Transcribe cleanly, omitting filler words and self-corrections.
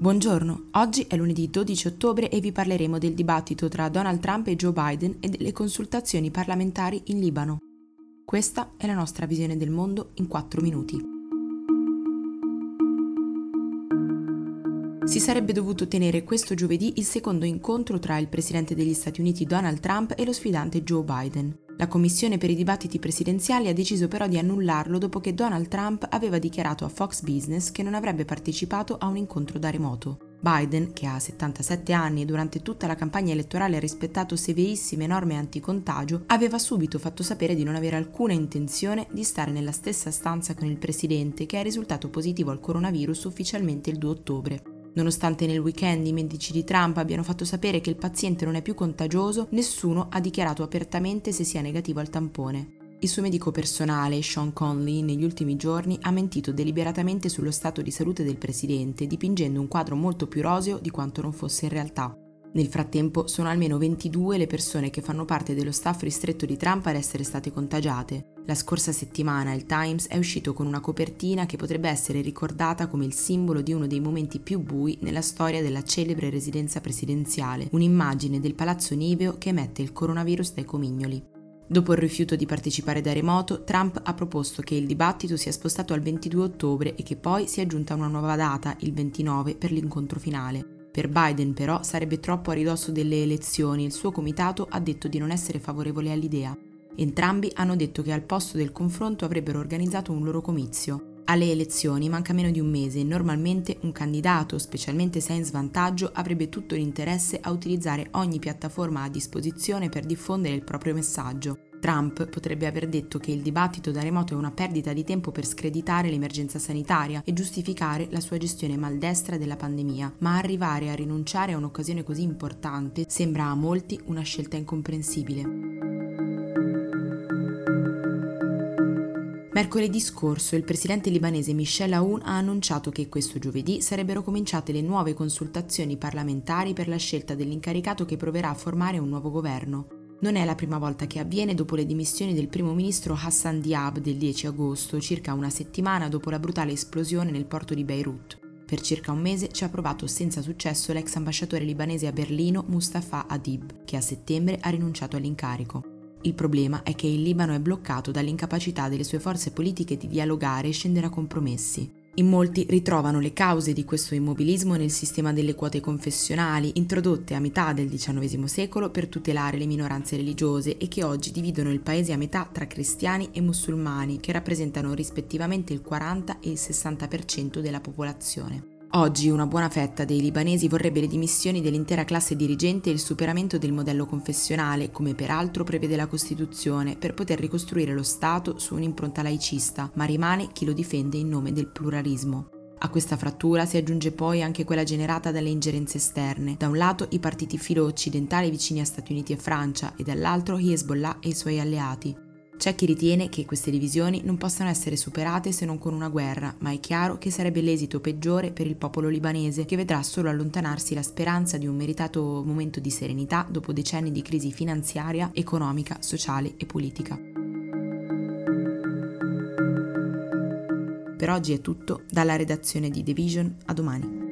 Buongiorno, oggi è lunedì 12 ottobre e vi parleremo del dibattito tra Donald Trump e Joe Biden e delle consultazioni parlamentari in Libano. Questa è la nostra visione del mondo in 4 minuti. Si sarebbe dovuto tenere questo giovedì il secondo incontro tra il presidente degli Stati Uniti Donald Trump e lo sfidante Joe Biden. La Commissione per i dibattiti presidenziali ha deciso però di annullarlo dopo che Donald Trump aveva dichiarato a Fox Business che non avrebbe partecipato a un incontro da remoto. Biden, che ha 77 anni e durante tutta la campagna elettorale ha rispettato severissime norme anticontagio, aveva subito fatto sapere di non avere alcuna intenzione di stare nella stessa stanza con il presidente, che è risultato positivo al coronavirus ufficialmente il 2 ottobre. Nonostante nel weekend i medici di Trump abbiano fatto sapere che il paziente non è più contagioso, nessuno ha dichiarato apertamente se sia negativo al tampone. Il suo medico personale, Sean Conley, negli ultimi giorni ha mentito deliberatamente sullo stato di salute del presidente, dipingendo un quadro molto più roseo di quanto non fosse in realtà. Nel frattempo sono almeno 22 le persone che fanno parte dello staff ristretto di Trump ad essere state contagiate. La scorsa settimana il Times è uscito con una copertina che potrebbe essere ricordata come il simbolo di uno dei momenti più bui nella storia della celebre residenza presidenziale, un'immagine del palazzo niveo che emette il coronavirus dai comignoli. Dopo il rifiuto di partecipare da remoto, Trump ha proposto che il dibattito sia spostato al 22 ottobre e che poi sia aggiunta una nuova data, il 29, per l'incontro finale. Per Biden però sarebbe troppo a ridosso delle elezioni e il suo comitato ha detto di non essere favorevole all'idea. Entrambi hanno detto che al posto del confronto avrebbero organizzato un loro comizio. Alle elezioni manca meno di un mese e normalmente un candidato, specialmente se è in svantaggio, avrebbe tutto l'interesse a utilizzare ogni piattaforma a disposizione per diffondere il proprio messaggio. Trump potrebbe aver detto che il dibattito da remoto è una perdita di tempo per screditare l'emergenza sanitaria e giustificare la sua gestione maldestra della pandemia, ma arrivare a rinunciare a un'occasione così importante sembra a molti una scelta incomprensibile. Mercoledì scorso il presidente libanese Michel Aoun ha annunciato che questo giovedì sarebbero cominciate le nuove consultazioni parlamentari per la scelta dell'incaricato che proverà a formare un nuovo governo. Non è la prima volta che avviene dopo le dimissioni del primo ministro Hassan Diab del 10 agosto, circa una settimana dopo la brutale esplosione nel porto di Beirut. Per circa un mese ci ha provato senza successo l'ex ambasciatore libanese a Berlino Mustafa Adib, che a settembre ha rinunciato all'incarico. Il problema è che il Libano è bloccato dall'incapacità delle sue forze politiche di dialogare e scendere a compromessi. In molti ritrovano le cause di questo immobilismo nel sistema delle quote confessionali, introdotte a metà del XIX secolo per tutelare le minoranze religiose e che oggi dividono il paese a metà tra cristiani e musulmani, che rappresentano rispettivamente il 40 e il 60% della popolazione. Oggi una buona fetta dei libanesi vorrebbe le dimissioni dell'intera classe dirigente e il superamento del modello confessionale, come peraltro prevede la Costituzione, per poter ricostruire lo Stato su un'impronta laicista, ma rimane chi lo difende in nome del pluralismo. A questa frattura si aggiunge poi anche quella generata dalle ingerenze esterne, da un lato i partiti filo-occidentali vicini a Stati Uniti e Francia e dall'altro Hezbollah e i suoi alleati. C'è chi ritiene che queste divisioni non possano essere superate se non con una guerra, ma è chiaro che sarebbe l'esito peggiore per il popolo libanese, che vedrà solo allontanarsi la speranza di un meritato momento di serenità dopo decenni di crisi finanziaria, economica, sociale e politica. Per oggi è tutto, dalla redazione di The Vision, a domani.